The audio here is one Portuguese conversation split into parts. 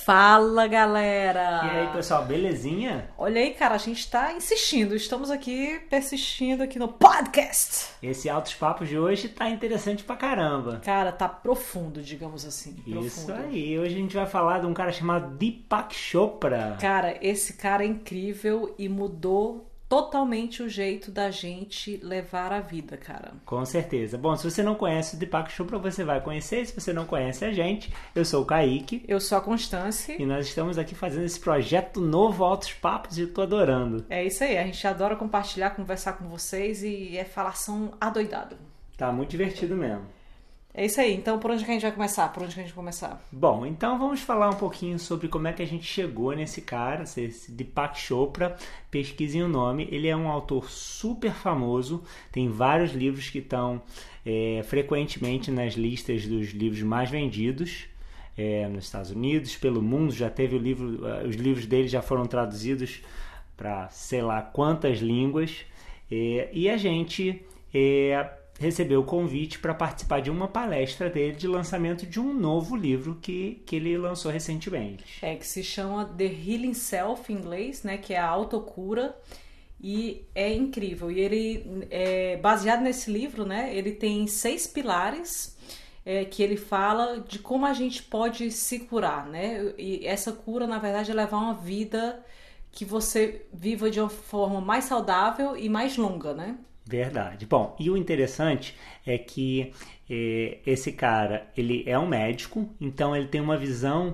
Fala, galera! E aí, pessoal, belezinha? Olha aí, cara, a gente tá insistindo, estamos aqui persistindo aqui no podcast. Esse Altos Papos de hoje tá interessante pra caramba. Cara, tá profundo, digamos assim. Isso profundo. aí, hoje a gente vai falar de um cara chamado Deepak Chopra. Cara, esse cara é incrível e mudou totalmente o jeito da gente levar a vida, cara. Com certeza. Bom, se você não conhece o Deepak Chopra, você vai conhecer. Se você não conhece a gente, eu sou o Kaique. Eu sou a Constância. E nós estamos aqui fazendo esse projeto novo, Altos Papos, e eu tô adorando. É isso aí, a gente adora compartilhar, conversar com vocês e é falação adoidado. Tá muito divertido mesmo. É isso aí, então por onde que a gente vai começar? Bom, então vamos falar um pouquinho sobre como é que a gente chegou nesse cara, esse Deepak Chopra. Pesquisem o nome, ele é um autor super famoso, tem vários livros que estão frequentemente nas listas dos livros mais vendidos nos Estados Unidos, pelo mundo. Já teve os livros dele já foram traduzidos para sei lá quantas línguas, e a gente recebeu o convite para participar de uma palestra dele de lançamento de um novo livro que ele lançou recentemente. Que se chama The Healing Self em inglês, né, que é a autocura, e é incrível. E ele, baseado nesse livro, né, ele tem 6 pilares que ele fala de como a gente pode se curar, né? E essa cura, na verdade, é levar uma vida que você viva de uma forma mais saudável e mais longa, né? Verdade. Bom, e o interessante é que esse cara, ele é um médico, então ele tem uma visão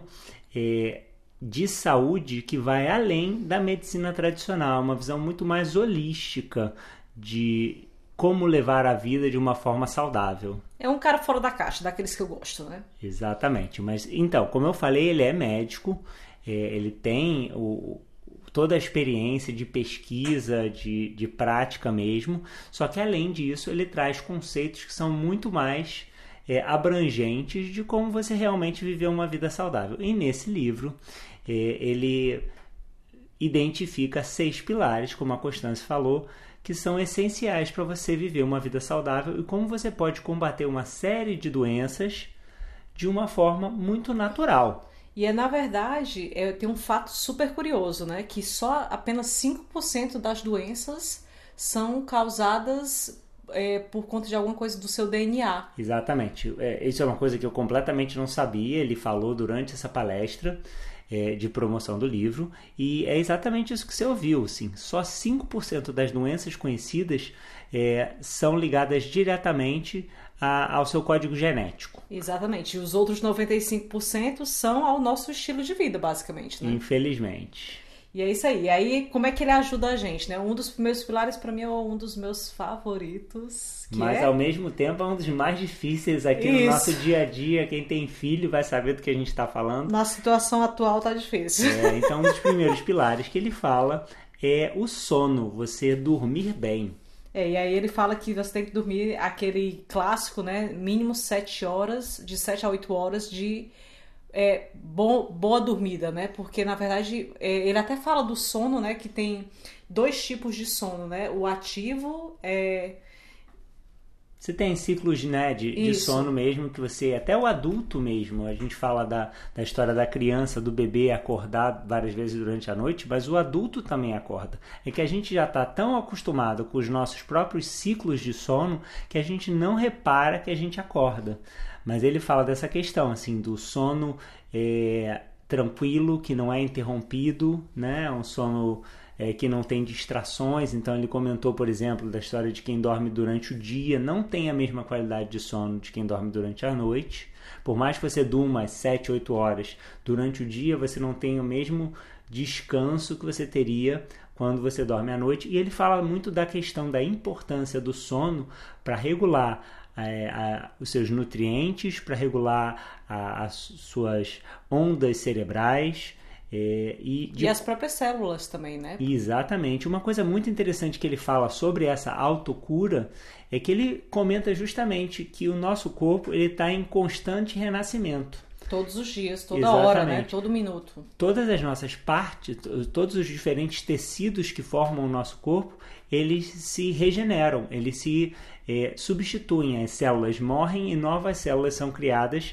de saúde que vai além da medicina tradicional, uma visão muito mais holística de como levar a vida de uma forma saudável. É um cara fora da caixa, daqueles que eu gosto, né? Exatamente. Mas, então, como eu falei, ele é médico, ele tem toda a experiência de pesquisa, de prática mesmo, só que além disso ele traz conceitos que são muito mais abrangentes de como você realmente viver uma vida saudável. E nesse livro ele identifica 6 pilares, como a Constância falou, que são essenciais para você viver uma vida saudável e como você pode combater uma série de doenças de uma forma muito natural. E na verdade, tem um fato super curioso, né? Que só apenas 5% das doenças são causadas por conta de alguma coisa do seu DNA. Exatamente. Isso é uma coisa que eu completamente não sabia. Ele falou durante essa palestra de promoção do livro. E é exatamente isso que você ouviu. Assim, só 5% das doenças conhecidas são ligadas diretamente ao seu código genético. Exatamente. E os outros 95% são ao nosso estilo de vida, basicamente, né? Infelizmente. E é isso aí. E aí, como é que ele ajuda a gente, né? Um dos primeiros pilares, para mim, é um dos meus favoritos. Mas, ao mesmo tempo, é um dos mais difíceis aqui no nosso dia a dia. Quem tem filho vai saber do que a gente está falando. Na situação atual tá difícil. Então, um dos primeiros pilares que ele fala é o sono, você dormir bem. E aí ele fala que você tem que dormir aquele clássico, né? Mínimo 7 horas, de 7 a 8 horas de boa dormida, né? Porque, na verdade, ele até fala do sono, né? Que tem 2 tipos de sono, né? O ativo Você tem ciclos, né, de sono mesmo, que você, até o adulto mesmo, a gente fala da história da criança, do bebê acordar várias vezes durante a noite, mas o adulto também acorda. É que a gente já está tão acostumado com os nossos próprios ciclos de sono que a gente não repara que a gente acorda. Mas ele fala dessa questão, assim, do sono tranquilo, que não é interrompido, né, um sono que não tem distrações. Então ele comentou, por exemplo, da história de quem dorme durante o dia não tem a mesma qualidade de sono de quem dorme durante a noite. Por mais que você durma às 7, 8 horas durante o dia, você não tem o mesmo descanso que você teria quando você dorme à noite. E ele fala muito da questão da importância do sono para regular os seus nutrientes, para regular as suas ondas cerebrais, e as próprias células também, né? Exatamente. Uma coisa muito interessante que ele fala sobre essa autocura é que ele comenta justamente que o nosso corpo está em constante renascimento. Todos os dias, toda hora, né? Todo minuto. Todas as nossas partes, todos os diferentes tecidos que formam o nosso corpo, eles se regeneram, eles se substituem. As células morrem e novas células são criadas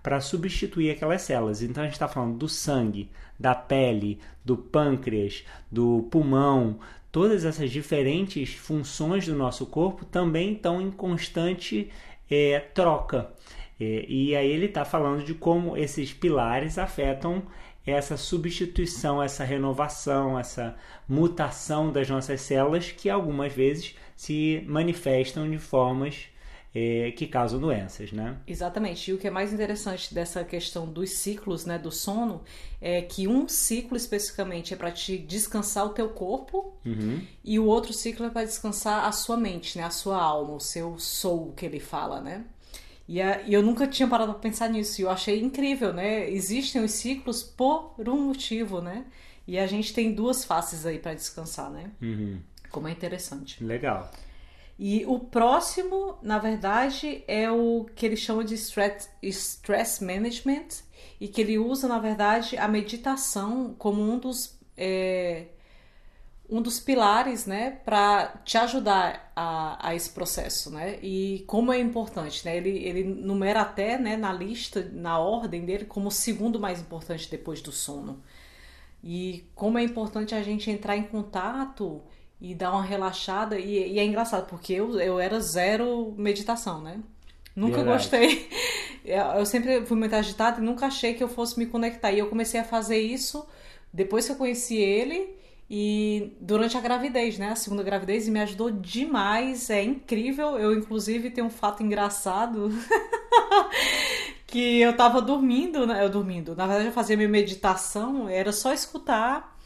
para substituir aquelas células. Então a gente está falando do sangue, da pele, do pâncreas, do pulmão. Todas essas diferentes funções do nosso corpo também estão em constante troca. E aí ele está falando de como esses pilares afetam essa substituição, essa renovação, essa mutação das nossas células, que algumas vezes se manifestam de formas que causam doenças, né? Exatamente. E o que é mais interessante dessa questão dos ciclos, né, do sono, é que um ciclo especificamente é para te descansar o teu corpo, e o outro ciclo é para descansar a sua mente, né, a sua alma, o seu soul, que ele fala, né? E eu nunca tinha parado para pensar nisso, e eu achei incrível, né? Existem os ciclos por um motivo, né? E a gente tem duas faces aí para descansar, né? Como é interessante. Legal. E o próximo, na verdade, é o que ele chama de stress management, e que ele usa, na verdade, a meditação como um dos pilares, né, para te ajudar a esse processo, né? E como é importante, né? Ele numera até, né, na lista, na ordem dele, como o segundo mais importante depois do sono. E como é importante a gente entrar em contato e dar uma relaxada. E é engraçado, porque eu era zero meditação, né? Nunca gostei. Eu sempre fui muito agitada e nunca achei que eu fosse me conectar. E eu comecei a fazer isso depois que eu conheci ele e durante a gravidez, né? A segunda gravidez, e me ajudou demais. É incrível. Eu, inclusive, tenho um fato engraçado que eu tava dormindo, né? Na verdade, eu fazia minha meditação, era só escutar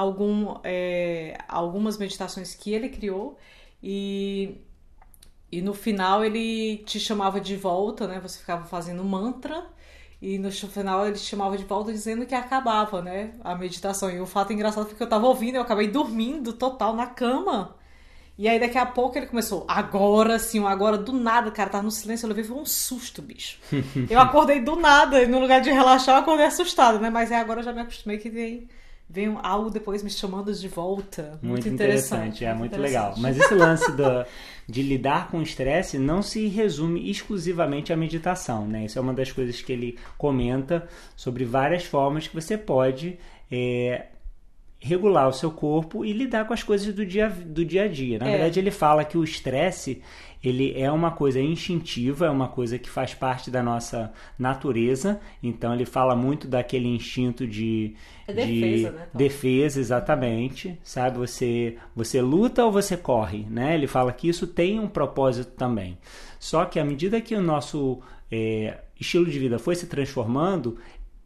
algumas meditações que ele criou, e no final ele te chamava de volta, né? Você ficava fazendo mantra, e no final ele te chamava de volta dizendo que acabava, né, a meditação. E o fato engraçado foi que eu tava ouvindo, eu acabei dormindo total na cama. E aí daqui a pouco ele começou, agora sim, agora do nada, cara, tava no silêncio, eu levei, foi um susto, bicho. Eu acordei do nada, e no lugar de relaxar, eu acordei assustada, né? Mas agora eu já me acostumei que vem algo depois me chamando de volta. Muito interessante. Muito legal. Mas esse lance de lidar com o estresse não se resume exclusivamente à meditação, né? Isso é uma das coisas que ele comenta sobre várias formas que você pode regular o seu corpo e lidar com as coisas do dia a dia. Na verdade, ele fala que o estresse, ele é uma coisa instintiva, é uma coisa que faz parte da nossa natureza. Então, ele fala muito daquele instinto de defesa, né, Tom? Defesa, exatamente. Sabe, você luta ou você corre, né? Ele fala que isso tem um propósito também. Só que à medida que o nosso estilo de vida foi se transformando,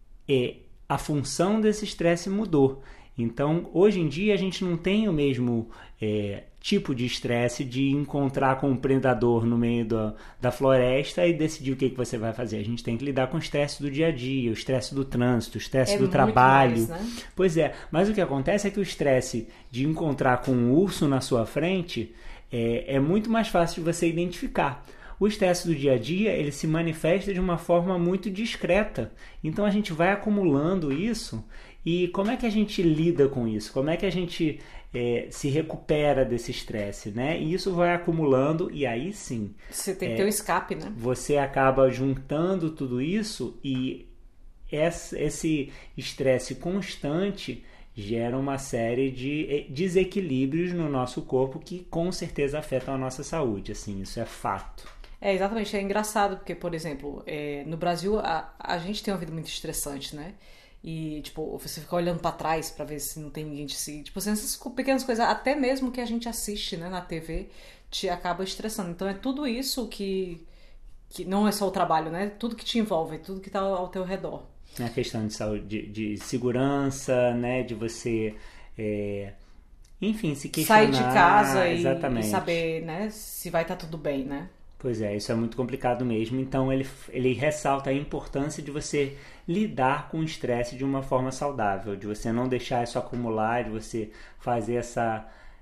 a função desse estresse mudou. Então, hoje em dia, a gente não tem o mesmo tipo de estresse de encontrar com um predador no meio da floresta e decidir o que você vai fazer. A gente tem que lidar com o estresse do dia a dia, o estresse do trânsito, o estresse do trabalho. Mais, né? Pois é, mas o que acontece é que o estresse de encontrar com um urso na sua frente é muito mais fácil de você identificar. O estresse do dia a dia, ele se manifesta de uma forma muito discreta. Então, a gente vai acumulando isso. E como é que a gente lida com isso? Como é que a gente se recupera desse estresse, né? E isso vai acumulando e aí sim... Você tem que ter um escape, né? Você acaba juntando tudo isso e esse estresse constante gera uma série de desequilíbrios no nosso corpo que com certeza afetam a nossa saúde. Assim, isso é fato. Exatamente. É engraçado porque, por exemplo, no Brasil a gente tem uma vida muito estressante, né? E, tipo, você fica olhando pra trás pra ver se não tem ninguém te seguir. Tipo, essas pequenas coisas, até mesmo que a gente assiste, né, na TV, te acaba estressando. Então, é tudo isso que não é só o trabalho, né? Tudo que te envolve, tudo que tá ao teu redor. É a questão de saúde, de segurança, né? De você, enfim, se questionar. Sair de casa e saber, né, se vai estar tudo bem, né? Pois é, isso é muito complicado mesmo. Então, ele ressalta a importância de você lidar com o estresse de uma forma saudável, de você não deixar isso acumular, de você fazer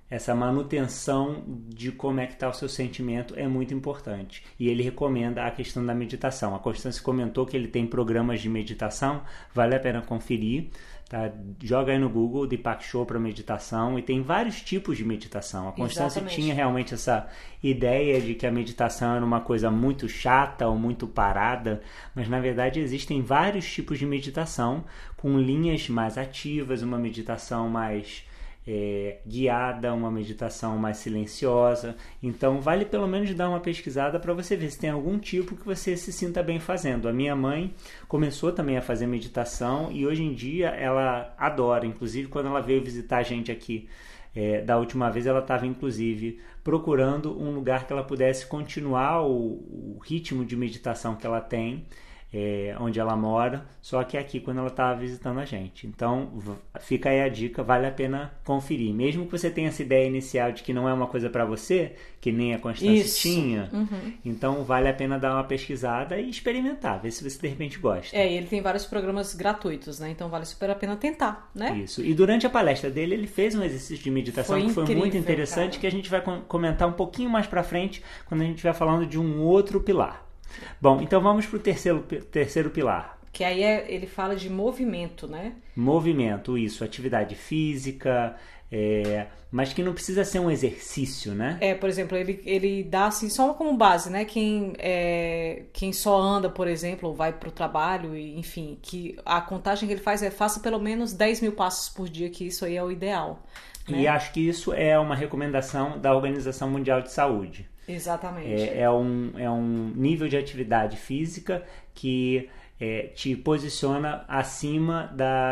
essa manutenção de como é que está o seu sentimento é muito importante. E ele recomenda a questão da meditação. A Constância comentou que ele tem programas de meditação, vale a pena conferir. Tá? Joga aí no Google Deepak Chopra meditação, e tem vários tipos de meditação. A Constância tinha realmente essa ideia de que a meditação era uma coisa muito chata ou muito parada, mas na verdade existem vários tipos de meditação com linhas mais ativas, uma meditação mais guiada, uma meditação mais silenciosa. Então vale pelo menos dar uma pesquisada para você ver se tem algum tipo que você se sinta bem fazendo. A minha mãe começou também a fazer meditação e hoje em dia ela adora, inclusive quando ela veio visitar a gente aqui da última vez, ela estava inclusive procurando um lugar que ela pudesse continuar o ritmo de meditação que ela tem, onde ela mora, só que aqui quando ela estava visitando a gente. Então fica aí a dica, vale a pena conferir, mesmo que você tenha essa ideia inicial de que não é uma coisa para você, que nem a Constância tinha. Então vale a pena dar uma pesquisada e experimentar, ver se você de repente gosta. E ele tem vários programas gratuitos, né? Então vale super a pena tentar, né? Isso. E durante a palestra dele ele fez um exercício de meditação que foi muito interessante, cara. Que a gente vai comentar um pouquinho mais para frente quando a gente estiver falando de um outro pilar. Bom, então vamos para o terceiro pilar. Que aí ele fala de movimento, né? Movimento, isso, atividade física, mas que não precisa ser um exercício, né? Por exemplo, ele dá assim, só como base, né? Quem só anda, por exemplo, ou vai para o trabalho, enfim, que a contagem que ele faz faça pelo menos 10 mil passos por dia, que isso aí é o ideal. Né? E acho que isso é uma recomendação da Organização Mundial de Saúde. Exatamente. É um nível de atividade física que te posiciona acima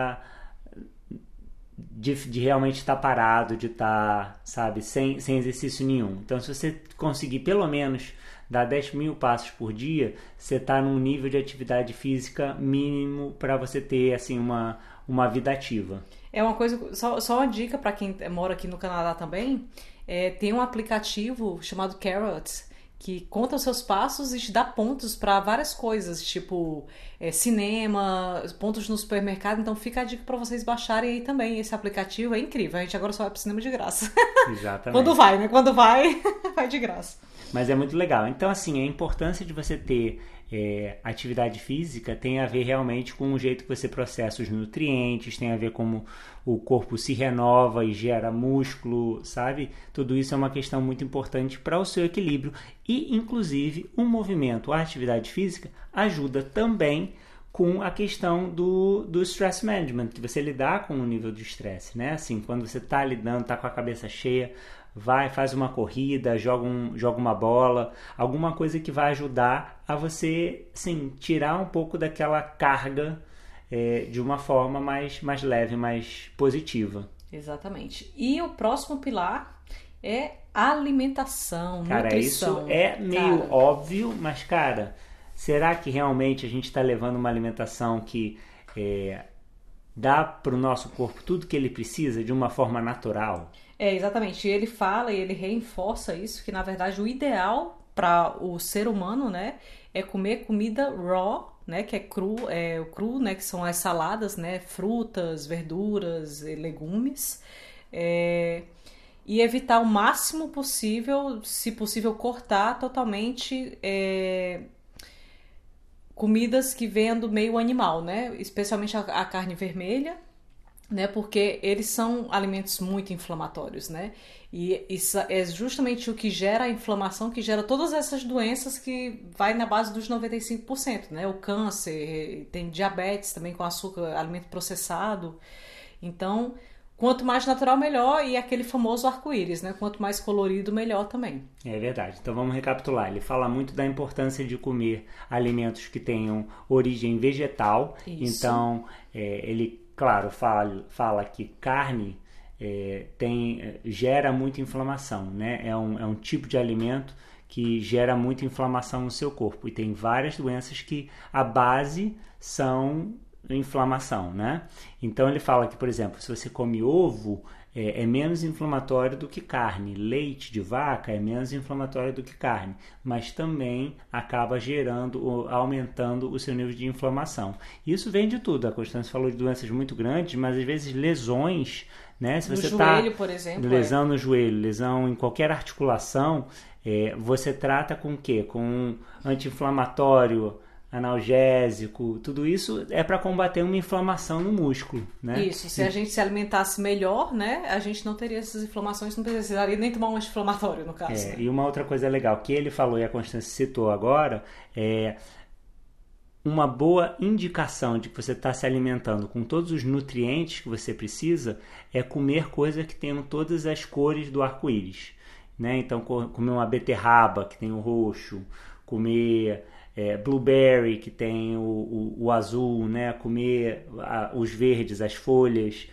de realmente estar parado, de estar, sabe, sem exercício nenhum. Então, se você conseguir pelo menos dar 10 mil passos por dia, você está num nível de atividade física mínimo para você ter assim, uma vida ativa. É uma coisa, só uma dica para quem mora aqui no Canadá também. Tem um aplicativo chamado Carrot que conta os seus passos e te dá pontos para várias coisas, tipo cinema, pontos no supermercado. Então fica a dica para vocês baixarem aí também. Esse aplicativo é incrível. A gente agora só vai pro cinema de graça. Exatamente. Quando vai, né? Quando vai de graça. Mas é muito legal. Então, assim, a importância de você ter atividade física tem a ver realmente com o jeito que você processa os nutrientes, tem a ver como o corpo se renova e gera músculo, sabe? Tudo isso é uma questão muito importante para o seu equilíbrio e, inclusive, o movimento, a atividade física ajuda também com a questão do stress management, de você lidar com o nível de estresse, né? Assim, quando você está lidando, está com a cabeça cheia, faz uma corrida, joga uma bola, alguma coisa que vai ajudar a você, assim, tirar um pouco daquela carga de uma forma mais leve, mais positiva. Exatamente. E o próximo pilar é alimentação, cara, nutrição. Isso é meio óbvio, mas, cara, será que realmente a gente está levando uma alimentação que dá para o nosso corpo tudo que ele precisa de uma forma natural? Exatamente. Ele fala e ele reforça isso, que na verdade o ideal para o ser humano, né, é comer comida raw, né, que é o cru, né, que são as saladas, né, frutas, verduras, legumes, e evitar o máximo possível, se possível cortar totalmente comidas que venham do meio animal, né, especialmente a carne vermelha, né, porque eles são alimentos muito inflamatórios, né? E isso é justamente o que gera a inflamação, que gera todas essas doenças que vai na base dos 95%, né? O câncer, tem diabetes também com açúcar, alimento processado. Então, quanto mais natural, melhor, e aquele famoso arco-íris, né? Quanto mais colorido, melhor também. É verdade. Então vamos recapitular. Ele fala muito da importância de comer alimentos que tenhum origem vegetal. Isso. Então, ele, claro, fala que carne gera muita inflamação, né? É um tipo de alimento que gera muita inflamação no seu corpo. E tem várias doenças que a base são inflamação, né? Então ele fala que, por exemplo, se você come ovo, é menos inflamatório do que carne. Leite de vaca é menos inflamatório do que carne, mas também acaba aumentando o seu nível de inflamação. Isso vem de tudo. A Constância falou de doenças muito grandes, mas às vezes lesões né? Se você joelho, por exemplo. Lesão no joelho, lesão em qualquer articulação, você trata com o quê? Com anti-inflamatório, analgésico, tudo isso é para combater uma inflamação no músculo, né? Isso, se a gente se alimentasse melhor, né, a gente não teria essas inflamações, não precisaria nem tomar um anti-inflamatório, no caso. E uma outra coisa legal que ele falou e a Constância citou agora é uma boa indicação de que você está se alimentando com todos os nutrientes que você precisa é comer coisas que tenham todas as cores do arco-íris, né? Então, comer uma beterraba, que tem o roxo, comer blueberry, que tem o azul, né? Comer os verdes, as folhas.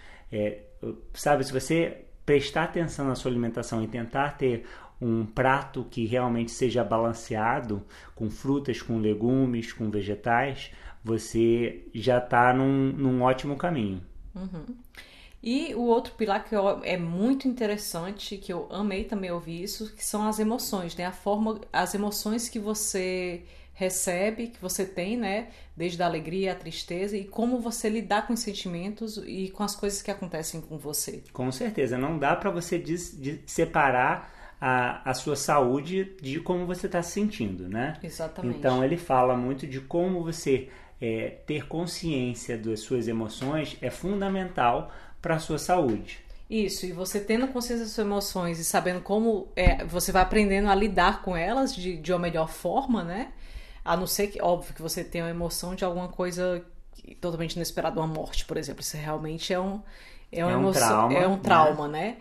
Sabe, se você prestar atenção na sua alimentação e tentar ter um prato que realmente seja balanceado, com frutas, com legumes, com vegetais, você já está num ótimo caminho. Uhum. E o outro pilar que é muito interessante, que eu amei também ouvir isso, que são as emoções, né? As emoções que você recebe, que você tem, né? Desde a alegria, a tristeza, e como você lidar com os sentimentos e com as coisas que acontecem com você. Com certeza, não dá para você separar a sua saúde de como você está se sentindo, né? Exatamente. Então ele fala muito de como você ter consciência das suas emoções é fundamental para a sua saúde. Isso, e você tendo consciência das suas emoções e sabendo como você vai aprendendo a lidar com elas de uma melhor forma, né? A não ser que, óbvio, que você tenha uma emoção de alguma coisa totalmente inesperada, uma morte, por exemplo. Isso realmente é uma emoção, trauma, é um trauma, né?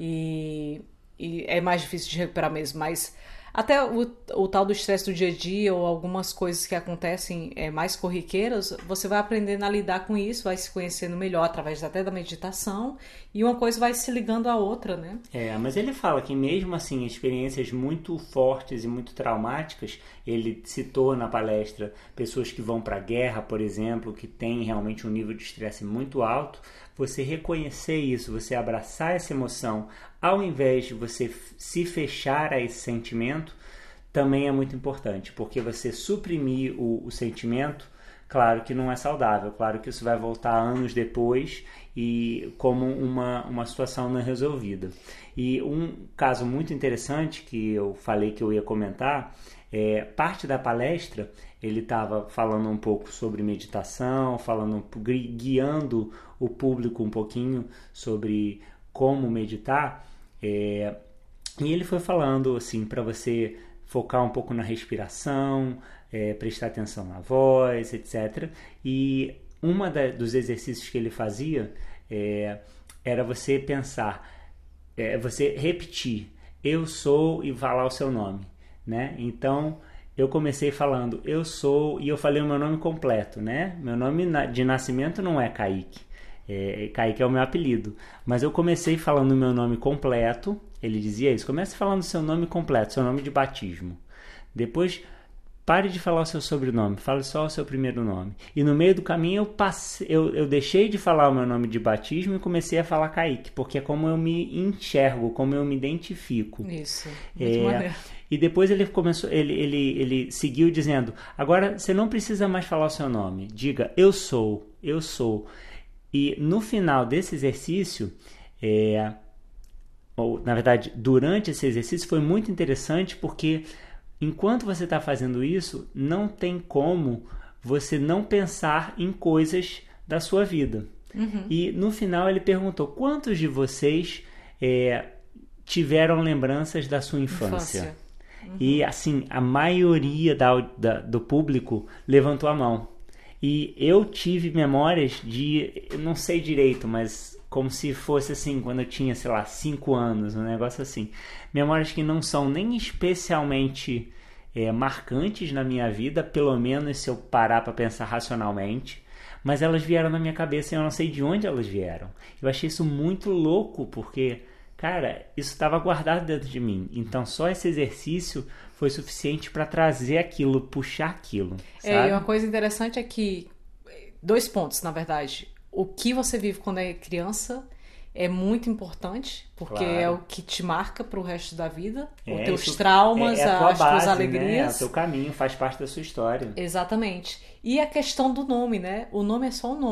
É. E é mais difícil de recuperar mesmo, mas até o tal do estresse do dia a dia ou algumas coisas que acontecem mais corriqueiras, você vai aprendendo a lidar com isso, vai se conhecendo melhor através até da meditação, e uma coisa vai se ligando à outra, né? Mas ele fala que mesmo assim, experiências muito fortes e muito traumáticas, ele citou na palestra pessoas que vão para a guerra, por exemplo, que têm realmente um nível de estresse muito alto. Você reconhecer isso, você abraçar essa emoção, ao invés de você se fechar a esse sentimento, também é muito importante, porque você suprimir o sentimento, claro que não é saudável, claro que isso vai voltar anos depois e como uma situação não resolvida. E um caso muito interessante que eu falei que eu ia comentar, parte da palestra ele estava falando um pouco sobre meditação, guiando o público um pouquinho sobre como meditar, e ele foi falando assim para você focar um pouco na respiração, prestar atenção na voz, etc. E dos exercícios que ele fazia era você pensar, você repetir, eu sou, e falar o seu nome, né? Então eu comecei falando eu sou, e eu falei o meu nome completo, né? Meu nome de nascimento não é Kaique. Kaique é o meu apelido, mas eu comecei falando o meu nome completo. Ele dizia isso, comece falando seu nome completo, seu nome de batismo, depois pare de falar o seu sobrenome, fale só o seu primeiro nome, e no meio do caminho eu deixei de falar o meu nome de batismo e comecei a falar Kaique, porque é como eu me enxergo, como eu me identifico. Isso, muito maneiro. E depois ele seguiu dizendo, agora você não precisa mais falar o seu nome, diga eu sou. E no final desse exercício, ou na verdade durante esse exercício, foi muito interessante, porque enquanto você está fazendo isso, não tem como você não pensar em coisas da sua vida. Uhum. E no final ele perguntou, quantos de vocês tiveram lembranças da sua infância? Uhum. E assim, a maioria do público levantou a mão. E eu tive memórias eu não sei direito, mas como se fosse assim, quando eu tinha, 5 anos, um negócio assim. Memórias que não são nem especialmente marcantes na minha vida, pelo menos se eu parar para pensar racionalmente, mas elas vieram na minha cabeça e eu não sei de onde elas vieram. Eu achei isso muito louco, porque, cara, isso estava guardado dentro de mim. Então só esse exercício foi suficiente para trazer aquilo, puxar aquilo, sabe? E uma coisa interessante é que, 2 pontos, na verdade. O que você vive quando é criança é muito importante, porque claro, é o que te marca pro resto da vida. Os teus traumas, as tuas alegrias. Né? É o teu caminho, faz parte da sua história. Exatamente. E a questão do nome, né? O nome é só um nome.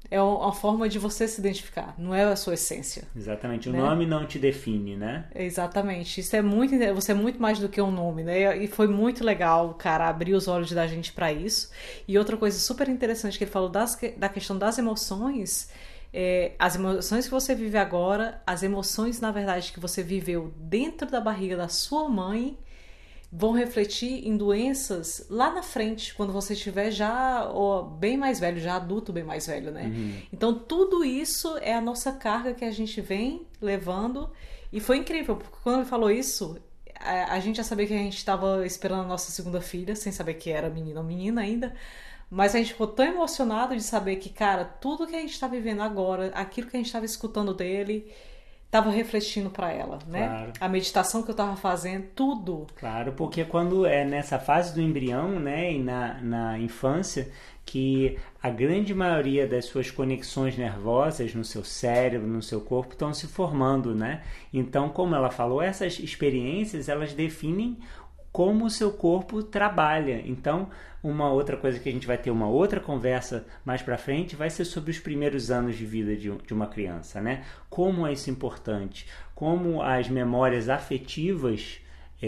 É uma forma de você se identificar, não é a sua essência. Exatamente, o nome não te define, né? Exatamente, isso você é muito mais do que um nome, né? E foi muito legal, cara, abrir os olhos da gente para isso. E outra coisa super interessante que ele falou da questão das emoções, as emoções que você vive agora, as emoções, na verdade, que você viveu dentro da barriga da sua mãe, vão refletir em doenças lá na frente, quando você estiver já bem mais velho, já adulto bem mais velho, né? Então tudo isso é a nossa carga que a gente vem levando, e foi incrível, porque quando ele falou isso, a gente já sabia que a gente estava esperando a nossa segunda filha, sem saber que era menino ou menina ainda, mas a gente ficou tão emocionado de saber que, cara, tudo que a gente está vivendo agora, aquilo que a gente estava escutando dele, estava refletindo para ela, né? Claro. A meditação que eu estava fazendo, tudo. Claro, porque quando é nessa fase do embrião, né, e na infância, que a grande maioria das suas conexões nervosas no seu cérebro, no seu corpo, estão se formando, né? Então, como ela falou, essas experiências, elas definem como o seu corpo trabalha. Então, uma outra coisa que a gente vai ter uma outra conversa mais para frente vai ser sobre os primeiros anos de vida de uma criança, né? Como é isso importante, como as memórias afetivas,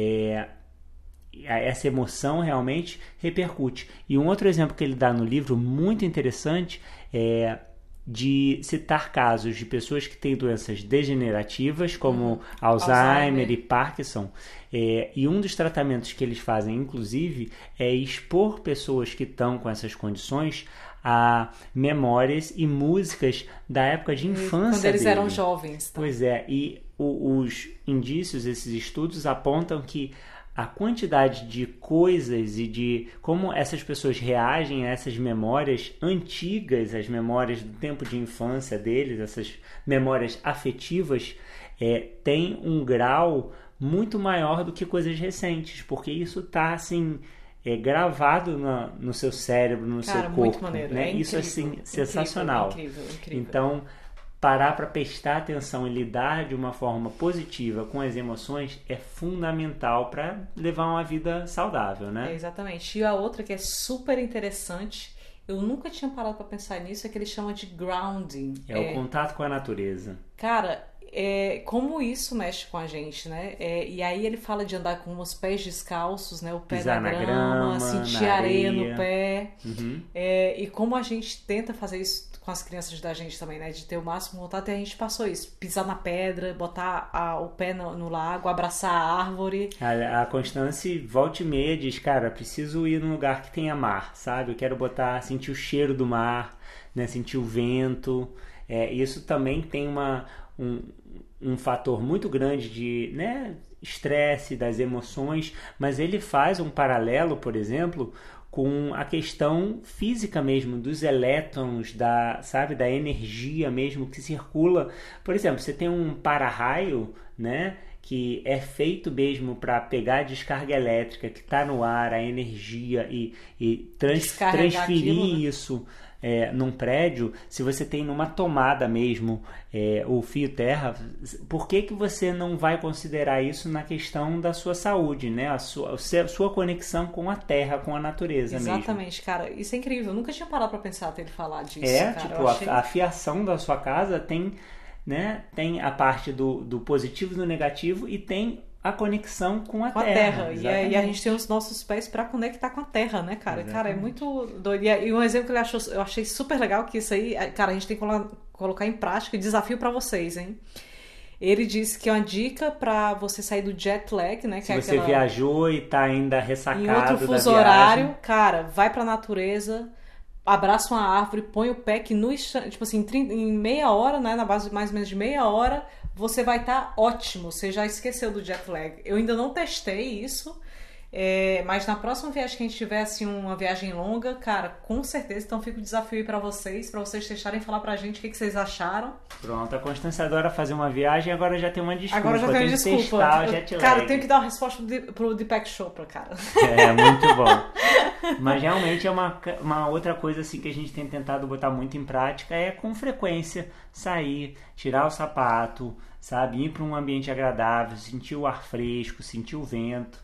essa emoção realmente repercute. E um outro exemplo que ele dá no livro, muito interessante, é de citar casos de pessoas que têm doenças degenerativas, como Alzheimer e Parkinson, e um dos tratamentos que eles fazem, inclusive, é expor pessoas que estão com essas condições a memórias e músicas da época de infância quando eles dele. eram jovens. Tá? Pois é, e os indícios, esses estudos apontam que a quantidade de coisas e de como essas pessoas reagem a essas memórias antigas, as memórias do tempo de infância deles, essas memórias afetivas, tem um grau muito maior do que coisas recentes, porque isso está assim, gravado no seu cérebro, no seu corpo. Muito maneiro. Né? Incrível, isso é assim, sensacional. Incrível. Então, parar para prestar atenção e lidar de uma forma positiva com as emoções é fundamental para levar uma vida saudável, né? Exatamente. E a outra que é super interessante, eu nunca tinha parado para pensar nisso, é que ele chama de grounding. O contato com a natureza. Cara, como isso mexe com a gente, né? E aí ele fala de andar com os pés descalços, né? O pé pisar na grama, sentir areia no pé. E como a gente tenta fazer isso com as crianças da gente também, né? De ter o máximo contato, e a gente passou isso. Pisar na pedra, botar o pé no lago, abraçar a árvore. A Constance volta e meia diz, cara, preciso ir num lugar que tenha mar, sabe? Eu quero sentir o cheiro do mar, né? Sentir o vento. Isso também tem um fator muito grande de, né, estresse, das emoções, mas ele faz um paralelo, por exemplo, com a questão física mesmo, dos elétrons, da energia mesmo que circula. Por exemplo, você tem um para-raio, né, que é feito mesmo para pegar a descarga elétrica que está no ar, a energia e transferir aquilo, né? Isso num prédio. Se você tem numa tomada mesmo o fio terra, por que você não vai considerar isso na questão da sua saúde, né? A sua conexão com a terra, com a natureza. Exatamente, mesmo. Cara, isso é incrível. Eu nunca tinha parado para pensar até ele falar disso. Cara. A fiação da sua casa tem, né, tem a parte do positivo e do negativo, e tem a conexão com a terra. E a gente tem os nossos pés para conectar com a terra, né, cara? Exatamente. Cara, é muito doido. E um exemplo que eu achei super legal, que isso aí, cara, a gente tem que colocar em prática, e desafio para vocês, hein? Ele disse que é uma dica para você sair do jet lag, né? Se você viajou e tá ainda ressacado da viagem. Em outro fuso horário, cara, vai pra natureza, abraça uma árvore, põe o pé que tipo assim, em meia hora, né? Na base de mais ou menos de meia hora, você vai estar ótimo. Você já esqueceu do jet lag. Eu ainda não testei isso, mas na próxima viagem que a gente tiver, assim, uma viagem longa, cara, com certeza. Então fica o desafio aí pra vocês testarem e falar pra gente o que vocês acharam. Pronto, a Constância adora fazer uma viagem, agora já tem uma desculpa. Agora já tem uma desculpa. Cara, eu tenho que dar uma resposta pro Deepak Chopra, cara. Muito bom. Mas realmente é uma outra coisa assim que a gente tem tentado botar muito em prática, com frequência sair, tirar o sapato, sabe, ir para um ambiente agradável, sentir o ar fresco, sentir o vento.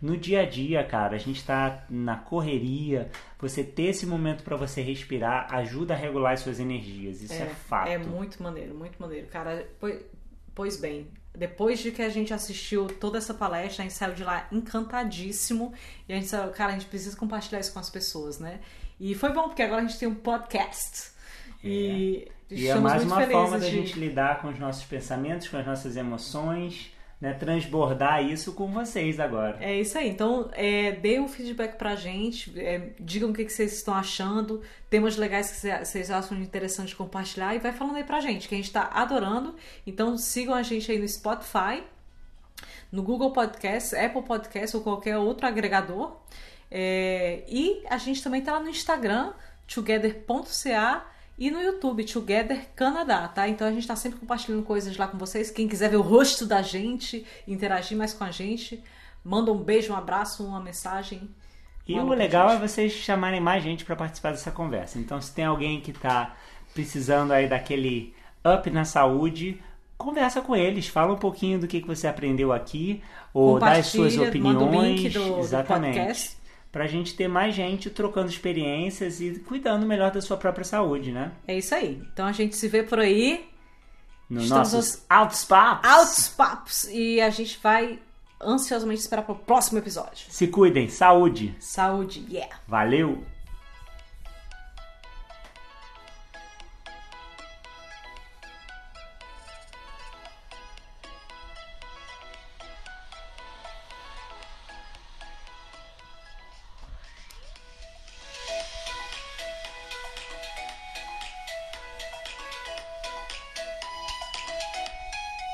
no dia a dia, cara, a gente tá na correria, você ter esse momento para você respirar ajuda a regular as suas energias, isso é fato. É muito maneiro, cara. Pois bem, depois de que a gente assistiu toda essa palestra, a gente saiu de lá encantadíssimo e a gente saiu, cara, a gente precisa compartilhar isso com as pessoas, né? E foi bom, porque agora a gente tem um podcast. E é mais uma forma da gente lidar com os nossos pensamentos, com as nossas emoções, né? Transbordar isso com vocês agora. É isso aí. Então, dê um feedback pra gente, digam o que vocês estão achando, temas legais que vocês acham interessante compartilhar e vai falando aí pra gente, que a gente tá adorando. Então, sigam a gente aí no Spotify, no Google Podcast, Apple Podcast ou qualquer outro agregador. E a gente também tá lá no Instagram, together.ca, e no YouTube, Together Canadá, tá? Então a gente tá sempre compartilhando coisas lá com vocês. Quem quiser ver o rosto da gente, interagir mais com a gente, manda um beijo, um abraço, uma mensagem. E o legal é vocês chamarem mais gente para participar dessa conversa. Então, se tem alguém que tá precisando aí daquele up na saúde, conversa com eles, fala um pouquinho do que você aprendeu aqui, ou dá as suas opiniões. Manda o link do podcast. Pra gente ter mais gente trocando experiências e cuidando melhor da sua própria saúde, né? É isso aí. Então a gente se vê por aí. Nos nossos Altos Papos. Altos Papos. E a gente vai ansiosamente esperar pro próximo episódio. Se cuidem. Saúde. Saúde, yeah. Valeu.